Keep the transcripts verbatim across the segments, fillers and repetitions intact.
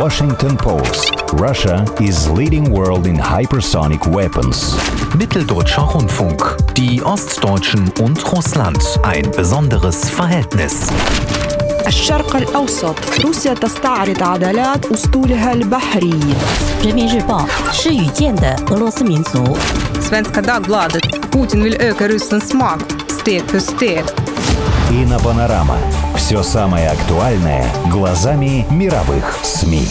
Washington Post. Russia is leading world in hypersonic weapons. Mitteldeutscher Rundfunk. Die Ostdeutschen und Russland. Ein besonderes Verhältnis. الشرق الأوسط. روسيا تستعرض عضلات أسطولها البحري. 人民日报是语见的俄罗斯民族。 Svenska Dagbladet. Putin vill öka Rysslands makt steg för steg. Инопанорама. Все самое актуальное глазами мировых СМИ.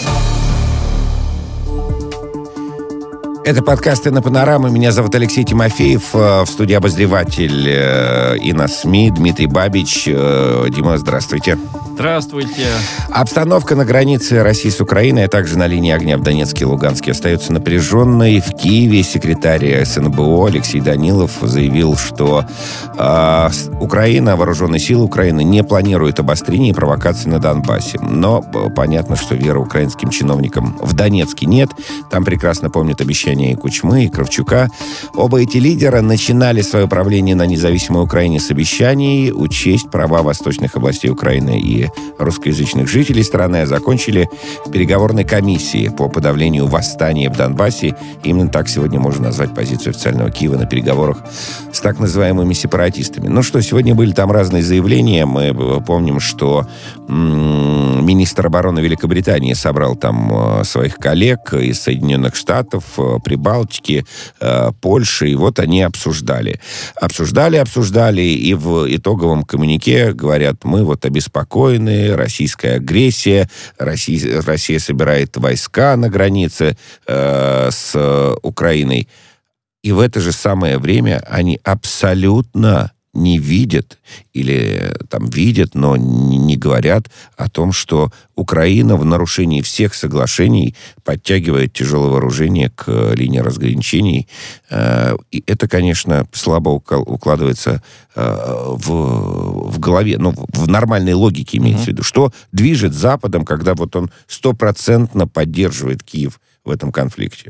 Это подкаст «Инопанорама». Меня зовут Алексей Тимофеев. В студии обозреватель ИНОСМИ Дмитрий Бабич. Дима, здравствуйте. Здравствуйте. Обстановка на границе России с Украиной, а также на линии огня в Донецке и Луганске остается напряженной. В Киеве секретарь СНБО Алексей Данилов заявил, что э, Украина, вооруженные силы Украины не планируют обострения и провокаций на Донбассе. Но понятно, что веры украинским чиновникам в Донецке нет. Там прекрасно помнят обещания и Кучмы, и Кравчука. Оба эти лидера начинали свое правление на независимой Украине с обещаний учесть права восточных областей Украины и русскоязычных жителей страны, а закончили переговорной комиссией по подавлению восстания в Донбассе. Именно так сегодня можно назвать позицию официального Киева на переговорах с так называемыми сепаратистами. Ну что, сегодня были там разные заявления. Мы помним, что м- министр обороны Великобритании собрал там э, своих коллег из Соединенных Штатов, э, Прибалтики, э, Польши, и вот они обсуждали. Обсуждали, обсуждали, и в итоговом коммюнике говорят, мы вот обеспокоены, российская агрессия, Россия, Россия собирает войска на границе э, с Украиной. И в это же самое время они абсолютно не видят, или там видят, но не, не говорят о том, что Украина в нарушении всех соглашений подтягивает тяжелое вооружение к линии разграничений. И это, конечно, слабо укладывается в, в голове, ну, в нормальной логике имеется в виду. Что движет Западом, когда вот он стопроцентно поддерживает Киев в этом конфликте?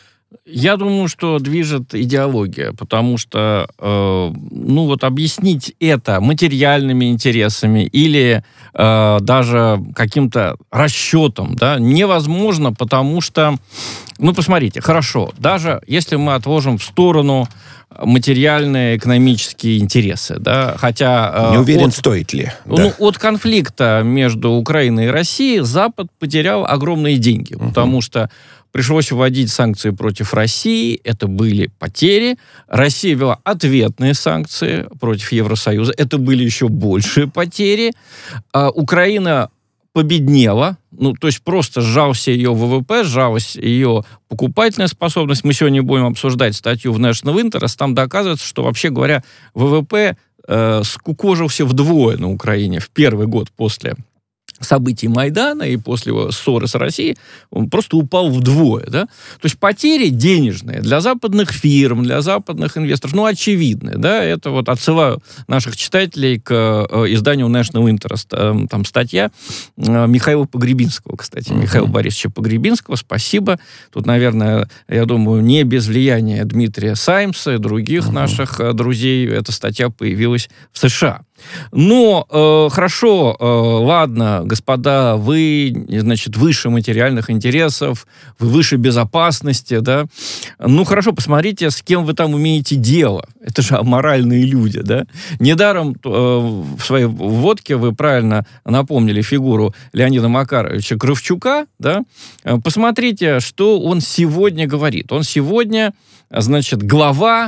Я думаю, что движет идеология, потому что, э, ну вот объяснить это материальными интересами или э, даже каким-то расчетом, да, невозможно, потому что, ну посмотрите, хорошо, даже если мы отложим в сторону материальные экономические интересы, да, хотя... Не уверен, от, стоит ли. Ну, да. От конфликта между Украиной и Россией Запад потерял огромные деньги, uh-huh. потому что пришлось вводить санкции против России, это были потери. Россия ввела ответные санкции против Евросоюза, это были еще большие потери. А Украина победнела, ну, то есть просто сжался ее ВВП, сжалась ее покупательная способность. Мы сегодня будем обсуждать статью в National Interest, там доказывается, что, вообще говоря, ВВП э, скукожился вдвое на Украине в первый год после событий Майдана и после ссоры с Россией, он просто упал вдвое. Да? То есть потери денежные для западных фирм, для западных инвесторов, ну, очевидны. Да? Это вот отсылаю наших читателей к э, изданию National Interest. Э, там статья э, Михаила Погребинского, кстати, uh-huh. Михаила Борисовича Погребинского. Спасибо. Тут, наверное, я думаю, не без влияния Дмитрия Саймса и других uh-huh. наших э, друзей эта статья появилась в США. Но э, хорошо, э, ладно, господа, вы, значит, выше материальных интересов, вы выше безопасности, да. Ну, хорошо, посмотрите, с кем вы там имеете дело. Это же аморальные люди, да. Недаром э, в своей вводке вы правильно напомнили фигуру Леонида Макаровича Кравчука, да. Посмотрите, что он сегодня говорит. Он сегодня, значит, глава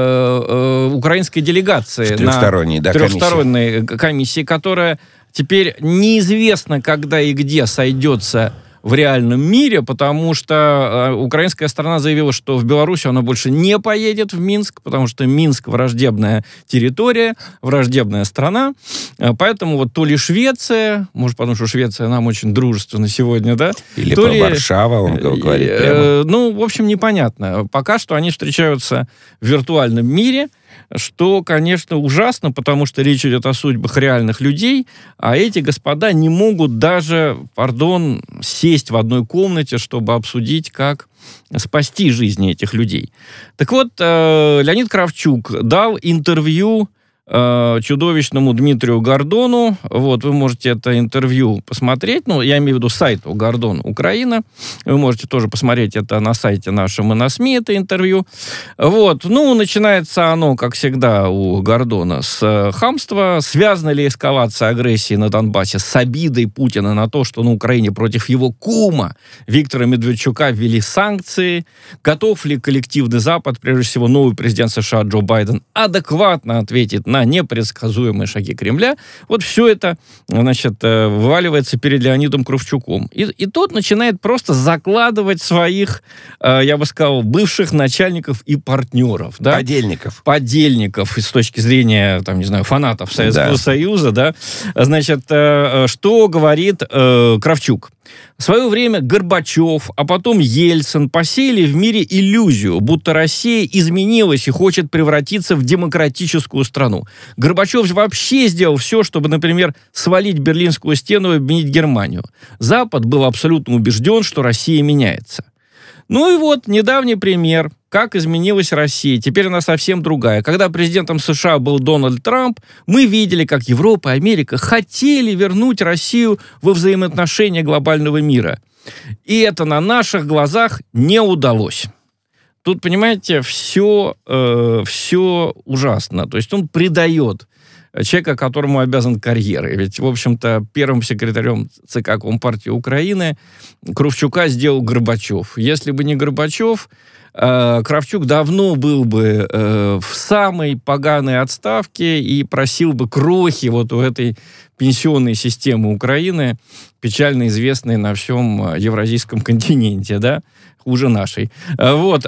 украинской делегации трехсторонней, на да, трехсторонней комиссии. комиссии, которая теперь неизвестно, когда и где сойдется в реальном мире, потому что украинская сторона заявила, что в Беларусь она больше не поедет в Минск, потому что Минск враждебная территория, враждебная страна. Поэтому вот то ли Швеция, может, потому что Швеция нам очень дружественна сегодня, да? Или то про ли, Варшава, он говорит э, прямо. Ну, в общем, непонятно. Пока что они встречаются в виртуальном мире, что, конечно, ужасно, потому что речь идет о судьбах реальных людей, а эти господа не могут даже, пардон, сесть в одной комнате, чтобы обсудить, как спасти жизни этих людей. Так вот, Леонид Кравчук дал интервью э, чудовищному Дмитрию Гордону. Вот, вы можете это интервью посмотреть. Ну, я имею в виду сайт Гордон Украина. Вы можете тоже посмотреть это на сайте нашем и на СМИ, это интервью. Вот, ну, начинается оно, как всегда, у Гордона с э, хамства. Связана ли эскалация агрессии на Донбассе с обидой Путина на то, что на Украине против его кума Виктора Медведчука ввели санкции? Готов ли коллективный Запад, прежде всего новый президент США Джо Байден, адекватно ответить на непредсказуемые шаги Кремля? Вот все это, значит, вываливается перед Леонидом Кравчуком. И, и тот начинает просто закладывать своих, я бы сказал, бывших начальников и партнеров. Да? Подельников. Подельников с точки зрения, там, не знаю, фанатов Советского да. Союза. Да? Значит, что говорит Кравчук? В свое время Горбачев, а потом Ельцин посеяли в мире иллюзию, будто Россия изменилась и хочет превратиться в демократическую страну. Горбачев вообще сделал все, чтобы, например, свалить Берлинскую стену и объединить Германию. Запад был абсолютно убежден, что Россия меняется. Ну и вот недавний пример, как изменилась Россия. Теперь она совсем другая. Когда президентом США был Дональд Трамп, мы видели, как Европа и Америка хотели вернуть Россию во взаимоотношения глобального мира. И это на наших глазах не удалось. Тут, понимаете, все, э, все ужасно. То есть он предает человека, которому обязан карьерой. Ведь, в общем-то, первым секретарем ЦК Компартии Украины Кравчука сделал Горбачев. Если бы не Горбачев, э, Кравчук давно был бы э, в самой поганой отставке и просил бы крохи вот у этой пенсионной системы Украины, печально известной на всем евразийском континенте, да, хуже нашей. Вот.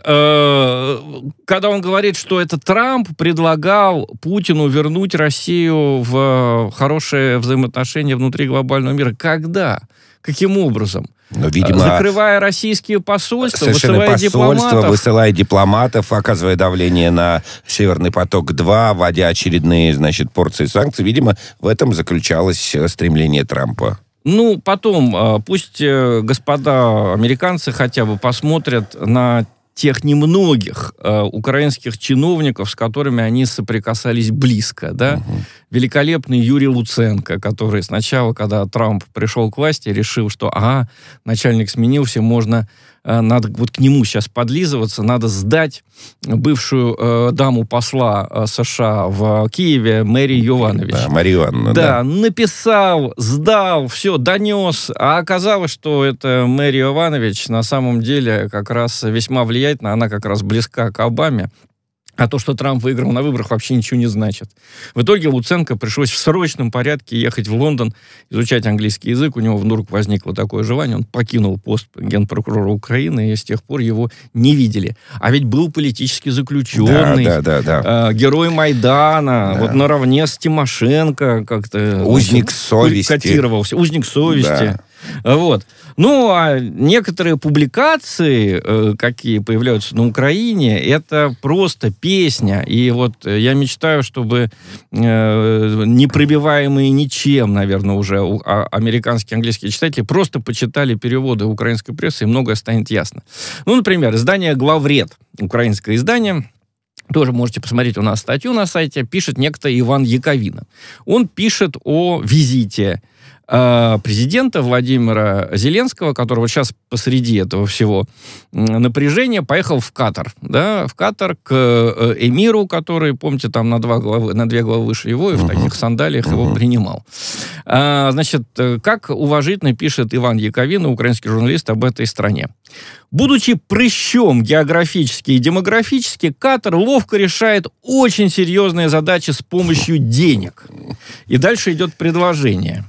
Когда он говорит, что это Трамп предлагал Путину вернуть Россию в хорошие взаимоотношения внутри глобального мира. Когда? Каким образом? Ну, видимо, закрывая российские посольства, высылая посольства, дипломатов. высылая дипломатов, оказывая давление на Северный поток-два, вводя очередные, значит, порции санкций. Видимо, в этом заключалось стремление Трампа. Ну, потом, пусть господа американцы хотя бы посмотрят на тех немногих э, украинских чиновников, с которыми они соприкасались близко, да. Угу. Великолепный Юрий Луценко, который сначала, когда Трамп пришел к власти, решил, что, ага, начальник сменился, можно, э, надо вот к нему сейчас подлизываться, надо сдать бывшую э, даму посла э, США в Киеве Мэри Йованович. Да, Мария Ивановна, да, да. написал, сдал, все, донес, а оказалось, что это Мэри Йованович на самом деле как раз весьма влиятельна, она как раз близка к Обаме. А то, что Трамп выиграл на выборах, вообще ничего не значит. В итоге Луценко пришлось в срочном порядке ехать в Лондон, изучать английский язык. У него вдруг возникло такое желание. Он покинул пост генпрокурора Украины, и с тех пор его не видели. А ведь был политически заключенный, да, да, да, да. Э, герой Майдана, да. Вот наравне с Тимошенко как-то... Узник совести. Котировался. Узник совести. Да. Вот. Ну, а некоторые публикации, э, какие появляются на Украине, это просто песня. И вот я мечтаю, чтобы э, непробиваемые ничем, наверное, уже у, а, американские английские читатели просто почитали переводы украинской прессы, и многое станет ясно. Ну, например, издание «Главред», украинское издание, тоже можете посмотреть у нас статью на сайте, пишет некто Иван Яковина. Он пишет о визите президента Владимира Зеленского, которого сейчас посреди этого всего напряжения поехал в Катар, да, в Катар к эмиру, который, помните, там на, два главы, на две главы выше его, и в uh-huh. таких сандалиях uh-huh. его принимал. А, значит, как уважительно пишет Иван Яковина, украинский журналист, об этой стране. Будучи прыщом географически и демографически, Катар ловко решает очень серьезные задачи с помощью денег. И дальше идет предложение.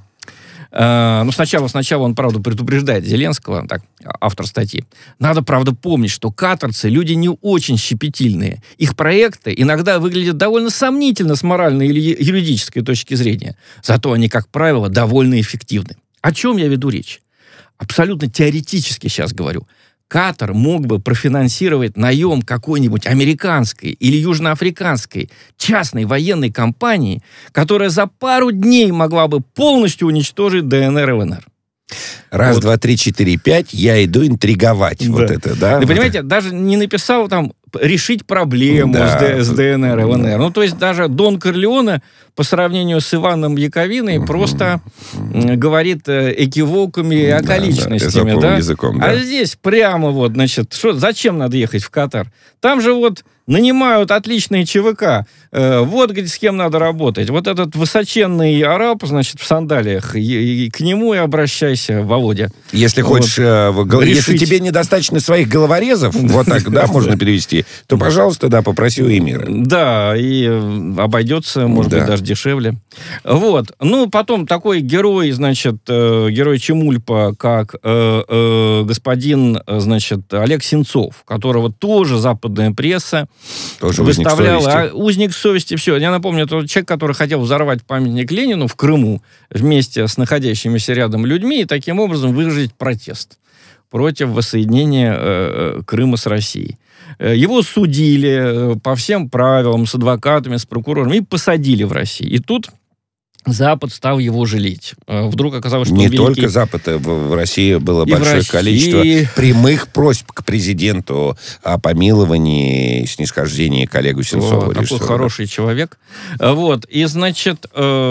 Uh, ну, сначала, сначала он, правда, предупреждает Зеленского, так, автор статьи. Надо, правда, помнить, что катарцы люди не очень щепетильные. Их проекты иногда выглядят довольно сомнительно с моральной или юридической точки зрения. Зато они, как правило, довольно эффективны. О чем я веду речь? Абсолютно теоретически сейчас говорю. Катар мог бы профинансировать наем какой-нибудь американской или южноафриканской частной военной компании, которая за пару дней могла бы полностью уничтожить ДНР и ЛНР. Раз, вот. два, три, четыре, пять, я иду интриговать. Да. Вот это, да? Вы вот понимаете, это. даже не написал там решить проблему да. с, Д, с ДНР и ЛНР. Ну, то есть даже Дон Корлеоне по сравнению с Иваном Яковиной угу. просто угу. говорит экивоками и околичностями. Да, да? Языком, да. А здесь прямо вот, значит, что, зачем надо ехать в Катар? Там же вот нанимают отличные ЧВК. Э, вот, говорит, с кем надо работать. Вот этот высоченный араб, значит, в сандалиях, и, и к нему и обращайся, Володя. Если вот. хочешь, э, если тебе недостаточно своих головорезов, вот так, да, можно перевести, то, пожалуйста, да, попроси у эмира. Да, и обойдется, может быть, даже дешевле. Вот. Ну, потом такой герой, значит, герой Чемульпа, как господин, значит, Олег Сенцов, которого тоже западная пресса тоже выставляла. Узник совести. Узник совести, все. Я напомню, это человек, который хотел взорвать памятник Ленину в Крыму вместе с находящимися рядом людьми и таким образом выразить протест против воссоединения э, Крыма с Россией. Его судили по всем правилам, с адвокатами, с прокурорами, и посадили в России. И тут Запад стал его жалеть. Вдруг оказалось, что не великий... только Запад, в России было и большое России... количество прямых просьб к президенту о помиловании и снисхождении к Олегу Сенцову. О, такой хороший человек. Вот. И, значит,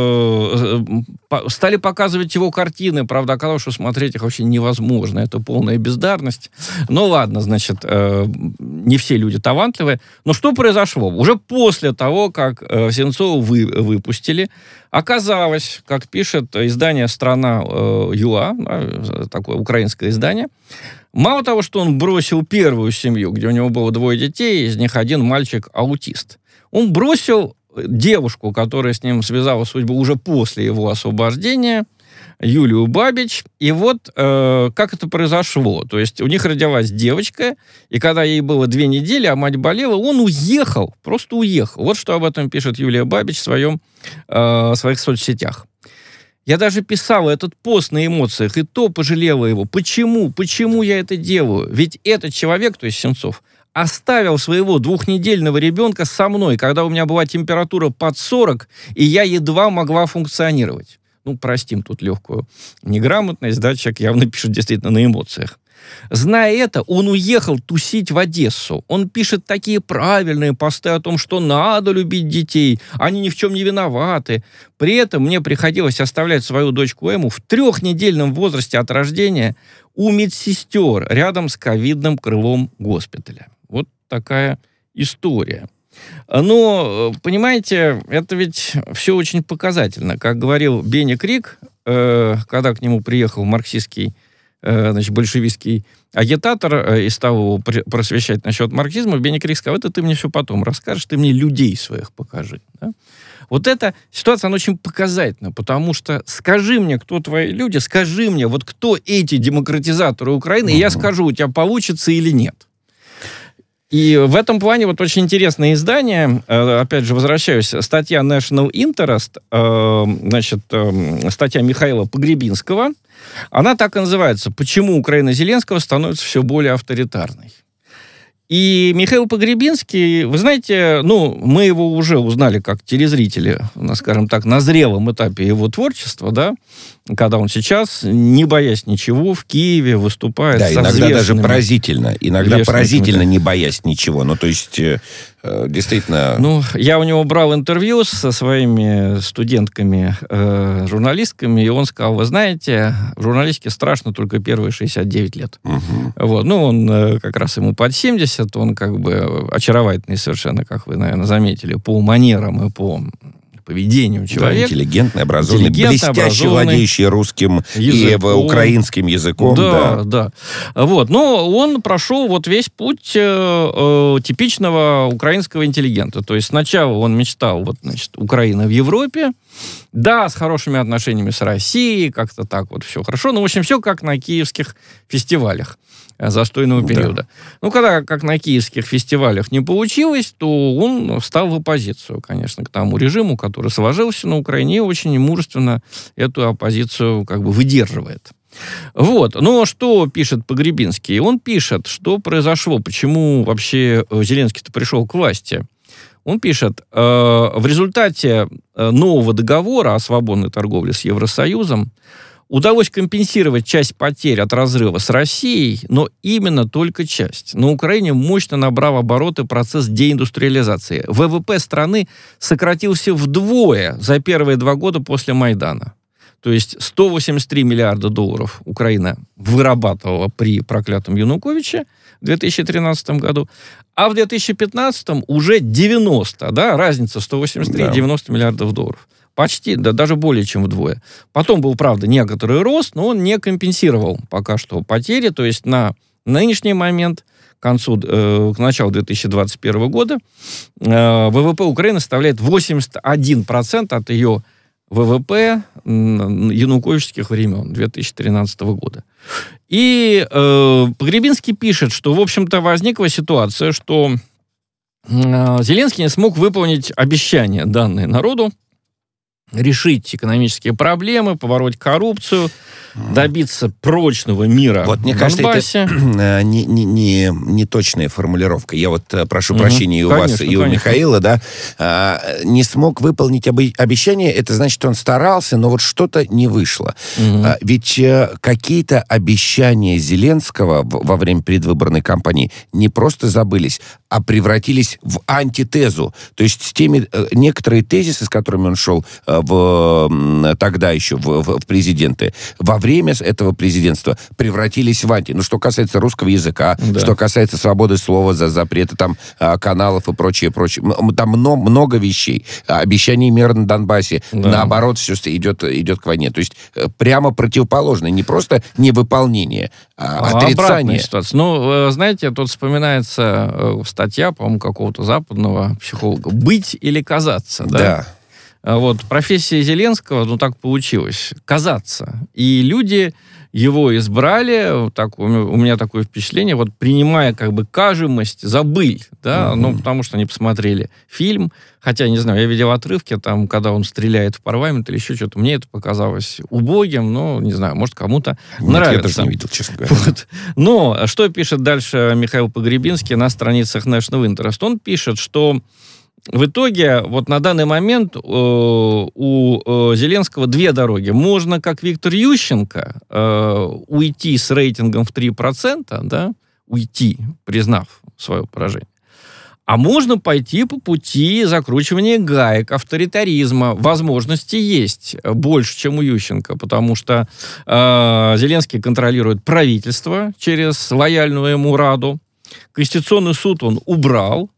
стали показывать его картины. Правда, оказалось, что смотреть их вообще невозможно. Это полная бездарность. Ну, ладно, значит, не все люди талантливые. Но что произошло? Уже после того, как Сенцова вы, выпустили, оказалось, как пишет издание «Страна ЮА», такое украинское издание, мало того, что он бросил первую семью, где у него было двое детей, из них один мальчик-аутист, он бросил девушку, которая с ним связала судьбу уже после его освобождения, Юлию Бабич. И вот э, как это произошло. То есть у них родилась девочка, и когда ей было две недели, а мать болела, он уехал, просто уехал. Вот что об этом пишет Юлия Бабич в своем, э, своих соцсетях. Я даже писала этот пост на эмоциях, и то пожалела его. Почему? Почему я это делаю? Ведь этот человек, то есть Сенцов, оставил своего двухнедельного ребенка со мной, когда у меня была температура под сорок, и я едва могла функционировать. Ну, простим тут легкую неграмотность, да, человек явно пишет действительно на эмоциях. Зная это, он уехал тусить в Одессу. Он пишет такие правильные посты о том, что надо любить детей, они ни в чем не виноваты. При этом мне приходилось оставлять свою дочку Эму в трехнедельном возрасте от рождения у медсестер рядом с ковидным крылом госпиталя. Вот такая история. Но, понимаете, это ведь все очень показательно. Как говорил Бенни Крик, э, когда к нему приехал марксистский, э, значит, большевистский агитатор э, и стал его просвещать насчет марксизма, Бенни Крик сказал: это ты мне все потом расскажешь, ты мне людей своих покажи. Да? Вот эта ситуация, она очень показательна, потому что скажи мне, кто твои люди, скажи мне, вот кто эти демократизаторы Украины, mm-hmm. и я скажу, у тебя получится или нет. И в этом плане вот очень интересное издание, опять же, возвращаюсь, статья National Interest, значит, статья Михаила Погребинского, она так и называется «Почему Украина Зеленского становится все более авторитарной». И Михаил Погребинский, вы знаете, ну, мы его уже узнали как телезрители, скажем так, на зрелом этапе его творчества, да, когда он сейчас, не боясь ничего, в Киеве выступает. Да, со иногда даже поразительно, иногда поразительно не боясь ничего. Ну, то есть, э, действительно... Ну, я у него брал интервью со своими студентками, э, журналистками, и он сказал: вы знаете, в журналистике страшно только первые шестьдесят девять лет. Угу. Вот, ну, он э, как раз ему под семьдесят, он как бы очаровательный совершенно, как вы, наверное, заметили, по манерам и по поведению человека. Да, интеллигентный, образованный, блестяще образованный, владеющий русским языком, и украинским языком. Да, да, да. Вот. Но он прошел вот весь путь э, э, типичного украинского интеллигента. То есть сначала он мечтал, вот, значит, Украина в Европе, да, с хорошими отношениями с Россией, как-то так вот все хорошо. Ну, в общем, все как на киевских фестивалях застойного периода. Да. Ну, когда, как на киевских фестивалях, не получилось, то он встал в оппозицию, конечно, к тому режиму, который сложился на Украине, и очень мужественно эту оппозицию как бы выдерживает. Вот. Но что пишет Погребинский? Он пишет, что произошло, почему вообще Зеленский-то пришел к власти. Он пишет: э, в результате нового договора о свободной торговле с Евросоюзом Удалось компенсировать часть потерь от разрыва с Россией, но именно только часть. На Украине мощно набрал обороты процесс деиндустриализации. ВВП страны сократился вдвое за первые два года после Майдана. То есть сто восемьдесят три миллиарда долларов Украина вырабатывала при проклятом Януковиче в две тысячи тринадцатом году, а в две тысячи пятнадцатом уже девяносто, да, разница сто восемьдесят три - девяносто миллиардов долларов. Почти, да, даже более чем вдвое. Потом был, правда, некоторый рост, но он не компенсировал пока что потери. То есть на нынешний момент, к концу, э, к началу две тысячи двадцать первого года, э, ВВП Украины составляет восемьдесят один процент от ее ВВП януковичских времен две тысячи тринадцатого года. И э, Погребинский пишет, что, в общем-то, возникла ситуация, что э, Зеленский не смог выполнить обещания, данные народу, решить экономические проблемы, побороть коррупцию, добиться прочного мира вот, в мне Донбассе. Кажется, это не, не, не, не точная формулировка. Я вот прошу угу. прощения и у конечно, вас, и у конечно. Михаила, да, а, не смог выполнить обе- обещание, это значит, он старался, но вот что-то не вышло. Угу. А, ведь а, какие-то обещания Зеленского в, во время предвыборной кампании не просто забылись, а превратились в антитезу. То есть с теми, некоторые тезисы, с которыми он шел в, тогда еще в, в, в президенты, во время этого президентства превратились в анти. Ну, что касается русского языка, да. что касается свободы слова, за запреты там каналов и прочее, прочее. Там много, много вещей. Обещание мира на Донбассе, да. наоборот, все идет, идет к войне. То есть прямо противоположное. Не просто невыполнение, а отрицание. Ситуация. Ну, знаете, тут вспоминается статья, по-моему, какого-то западного психолога. «Быть или казаться». Да. Да. Вот, профессия Зеленского, ну, так получилось, казаться. И люди его избрали, так, у меня такое впечатление, вот, принимая, как бы, кажемость за быль, да, mm-hmm. ну, потому что они посмотрели фильм, хотя, не знаю, я видел отрывки, там, когда он стреляет в парламент или еще что-то, мне это показалось убогим, но, не знаю, может, кому-то Нет, нравится. Я даже не видел, честно говоря. Вот. Но что пишет дальше Михаил Погребинский на страницах National Interest? Он пишет, что в итоге, вот на данный момент э, у э, Зеленского две дороги. Можно, как Виктор Ющенко, э, уйти с рейтингом в три процента, да, уйти, признав свое поражение. А можно пойти по пути закручивания гаек, авторитаризма. Возможности есть больше, чем у Ющенко, потому что э, Зеленский контролирует правительство через лояльную ему Раду. Конституционный суд он убрал.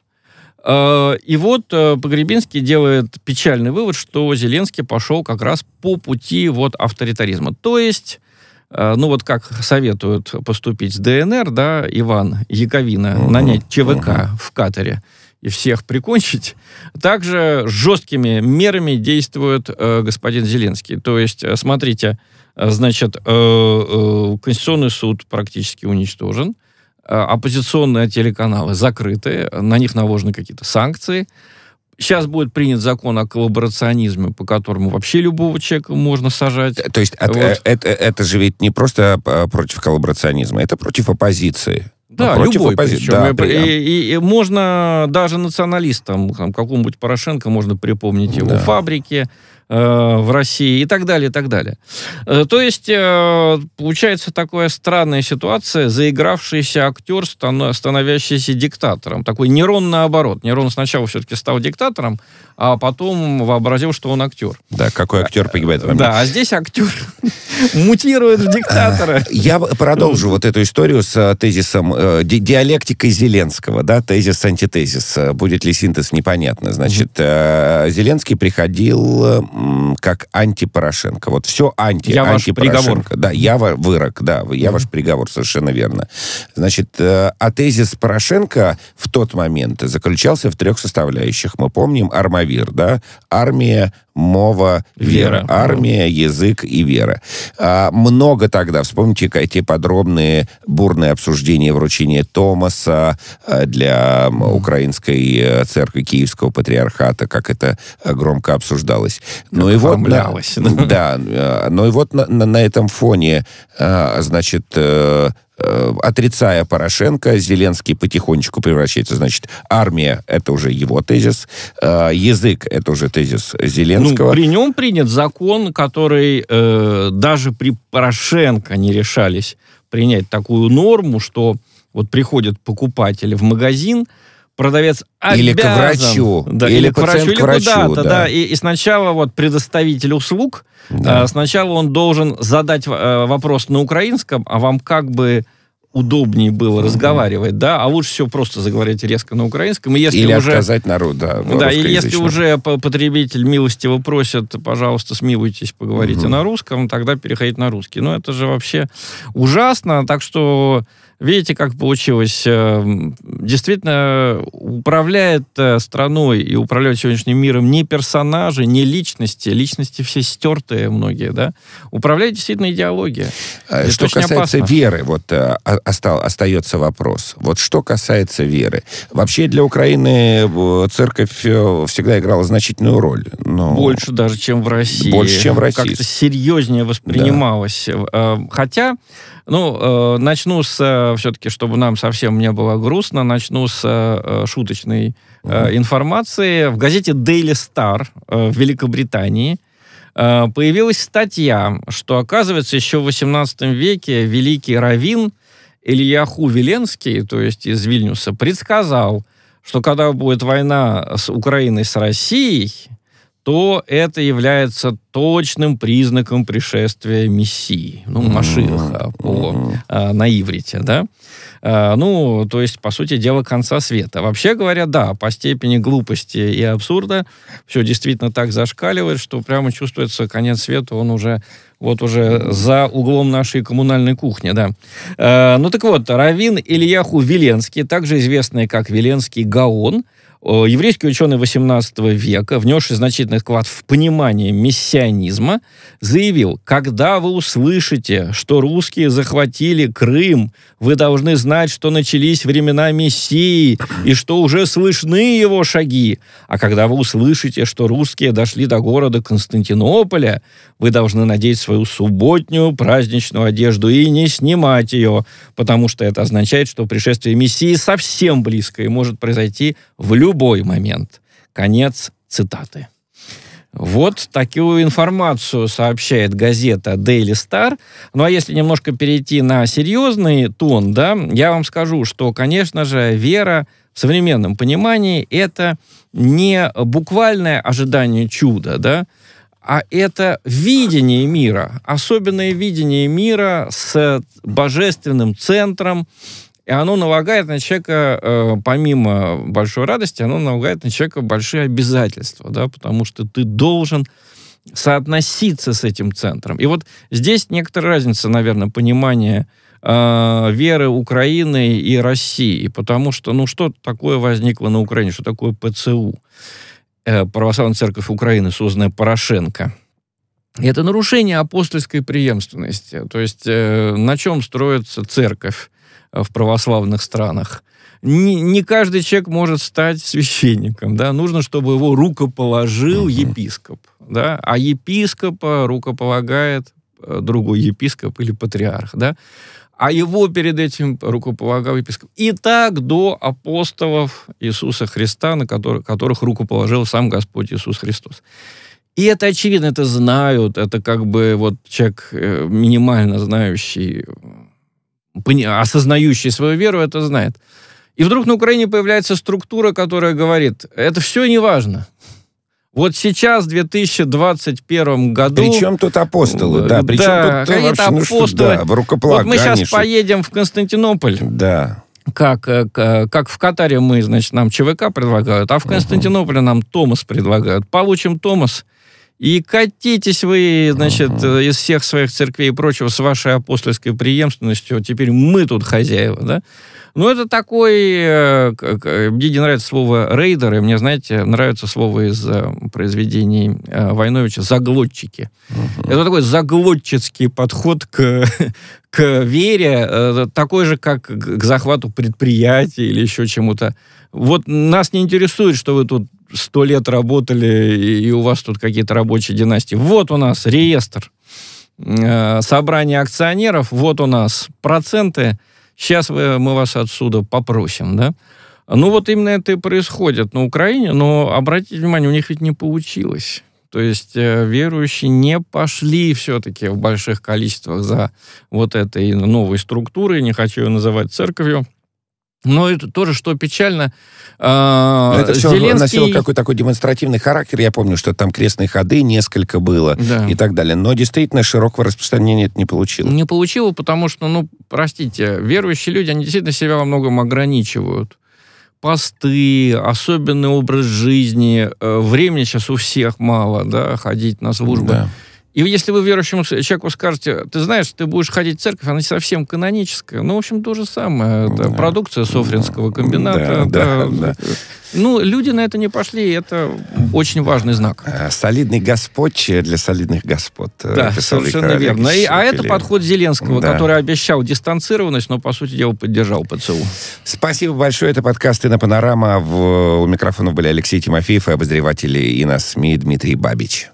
И вот Погребинский делает печальный вывод, что Зеленский пошел как раз по пути вот авторитаризма. То есть, ну вот как советуют поступить с ДНР, да, Иван Яковина, uh-huh. нанять ЧВК uh-huh. в Катаре и всех прикончить, также жесткими мерами действует э, господин Зеленский. То есть, смотрите, значит, э, э, Конституционный суд практически уничтожен, оппозиционные телеканалы закрыты, на них наложены какие-то санкции. Сейчас будет принят закон о коллаборационизме, по которому вообще любого человека можно сажать. То есть вот. это, это, это же ведь не просто против коллаборационизма, это против оппозиции. Да, против любой оппози... причем. Да, и, прям. и, и, и можно даже националистам, там, какому-нибудь Порошенко, можно припомнить его да. фабрики э, в России и так далее, и так далее. Э, то есть, э, получается такая странная ситуация, заигравшийся актер, стан- становящийся диктатором. Такой Нерон наоборот. Нерон сначала все-таки стал диктатором, а потом вообразил, что он актер. Да, какой актер погибает в войне. Да, а здесь актер мутирует в диктатора. Я продолжу вот эту историю с тезисом, ди- диалектикой Зеленского, да, тезис-антитезис. Будет ли синтез, непонятно. Значит, mm-hmm. Зеленский приходил как анти-Порошенко. Вот все анти, я анти-Порошенко. Да, я вырок, да, я mm-hmm. ваш приговор, совершенно верно. Значит, а тезис Порошенко в тот момент заключался в трех составляющих. Мы помним армавир, да, армия, мова, вера. вера. Армия, язык и вера. А, много тогда, вспомните эти подробные бурные обсуждения вручения Томаса для украинской церкви Киевского патриархата, как это громко обсуждалось. Ну и вот, на, да, но и вот на, на, на этом фоне, значит, отрицая Порошенко, Зеленский потихонечку превращается, значит, армия — это уже его тезис, язык — это уже тезис Зеленского. Ну, при нем принят закон, который э, даже при Порошенко не решались принять такую норму, что вот приходят покупатели в магазин, продавец обязан... Или к врачу, да, или, или пациент к врачу, или к врачу. куда-то, Да. да. И, и сначала вот предоставитель услуг, Да. э, сначала он должен задать э, вопрос на украинском, а вам как бы удобнее было mm-hmm. разговаривать, да, а лучше всего просто заговорить резко на украинском. И если Или уже... отказать народу, да, Да, и если уже потребитель милостиво просит, пожалуйста, смилуйтесь, поговорите mm-hmm. на русском, тогда переходить на русский. Но это же вообще ужасно, так что... Видите, как получилось? Действительно, управляет страной и управляют сегодняшним миром не персонажи, не личности. Личности все стертые многие, да? Управляет действительно идеология. Это что касается опасно. Веры, вот остал, остается вопрос. Вот что касается веры. Вообще для Украины церковь всегда играла значительную роль. Но... Больше даже, чем в России. Больше, чем в России. Как-то серьезнее воспринималось. Да. Хотя... Ну, э, начну с, э, все-таки, чтобы нам совсем не было грустно, начну с э, шуточной э, информации. В газете Daily Star э, в Великобритании э, появилась статья, что, оказывается, еще в восемнадцатом веке великий раввин Ильяху Виленский, то есть из Вильнюса, предсказал, что когда будет война с Украиной с Россией, то это является точным признаком пришествия Мессии. Ну, Машиаха по, а, на иврите, да? А, ну, то есть, по сути дела, конца света. Вообще говоря, да, по степени глупости и абсурда все действительно так зашкаливает, что прямо чувствуется конец света, он уже вот уже за углом нашей коммунальной кухни, да. А, ну, так вот, раввин Ильяху Виленский, также известный как Виленский Гаон, еврейский ученый восемнадцатого века, внесший значительный вклад в понимание мессианизма, заявил: когда вы услышите, что русские захватили Крым, вы должны знать, что начались времена Мессии и что уже слышны его шаги. А когда вы услышите, что русские дошли до города Константинополя, вы должны надеть свою субботнюю праздничную одежду и не снимать ее, потому что это означает, что пришествие Мессии совсем близко и может произойти в любой момент. Конец цитаты. Вот такую информацию сообщает газета Daily Star. Ну, а если немножко перейти на серьезный тон, да, я вам скажу, что, конечно же, вера в современном понимании — это не буквальное ожидание чуда, да, а это видение мира, особенное видение мира с божественным центром. И оно налагает на человека, э, помимо большой радости, оно налагает на человека большие обязательства, да, потому что ты должен соотноситься с этим центром. И вот здесь некоторая разница, наверное, понимания э, веры Украины и России, потому что, ну, что такое возникло на Украине, что такое ПЦУ, э, Православная Церковь Украины, созданная Порошенко. Это нарушение апостольской преемственности, то есть э, на чем строится церковь в православных странах. Не, не каждый человек может стать священником, да, нужно, чтобы его рукоположил uh-huh. епископ, да, а епископа рукополагает другой епископ или патриарх, да, а его перед этим рукополагал епископ. И так до апостолов Иисуса Христа, на которых, которых рукоположил сам Господь Иисус Христос. И это очевидно, это знают, это как бы вот человек минимально знающий, осознающий свою веру, это знает. И вдруг на Украине появляется структура, которая говорит: это все не важно. Вот сейчас, в две тысячи двадцать первом году... Причем тут апостолы, да, причем да, тут вообще, ну апостолы. Что, да, в рукополагании. Вот мы сейчас поедем в Константинополь. Да. Как, как, как в Катаре мы, значит, нам ЧВК предлагают, а в Константинополе uh-huh. нам Томас предлагают. Получим Томас, и катитесь вы, значит, uh-huh. из всех своих церквей и прочего с вашей апостольской преемственностью. Теперь мы тут хозяева, да? Ну, это такой... Мне не нравится слово «рейдеры», мне, знаете, нравится слово из произведений Войновича «заглотчики». Uh-huh. Это такой заглотческий подход к, к вере, такой же, как к захвату предприятий или еще чему-то. Вот нас не интересует, что вы тут сто лет работали, и у вас тут какие-то рабочие династии. Вот у нас реестр, собрание акционеров, вот у нас проценты, сейчас вы, мы вас отсюда попросим, да? Ну, вот именно это и происходит на Украине, но, обратите внимание, у них ведь не получилось. То есть э, верующие не пошли все-таки в больших количествах за вот этой новой структурой, не хочу ее называть церковью. Но это тоже, что печально. Э, это все Зеленский... носило какой-то такой демонстративный характер. Я помню, что там крестные ходы несколько было, да, и так далее. Но действительно широкого распространения это не получило. Не получило, потому что, ну, простите, верующие люди, они действительно себя во многом ограничивают. Посты, особенный образ жизни, времени сейчас у всех мало, да, ходить на службы. Да. И если вы верующему человеку скажете, ты знаешь, ты будешь ходить в церковь, она не совсем каноническая. Ну, в общем, то же самое. Да. Это продукция Софринского комбината. Да, да, да. Ну, люди на это не пошли, и это очень важный знак. Солидный Господь для солидных господ. Да, совершенно верно. И, а это подход Зеленского, да, который обещал дистанцированность, но, по сути дела, поддержал ПЦУ. Спасибо большое. Это подкаст «Инопанорама». В... У микрофонов были Алексей Тимофеев и обозреватели ИНА СМИ Дмитрий Бабич.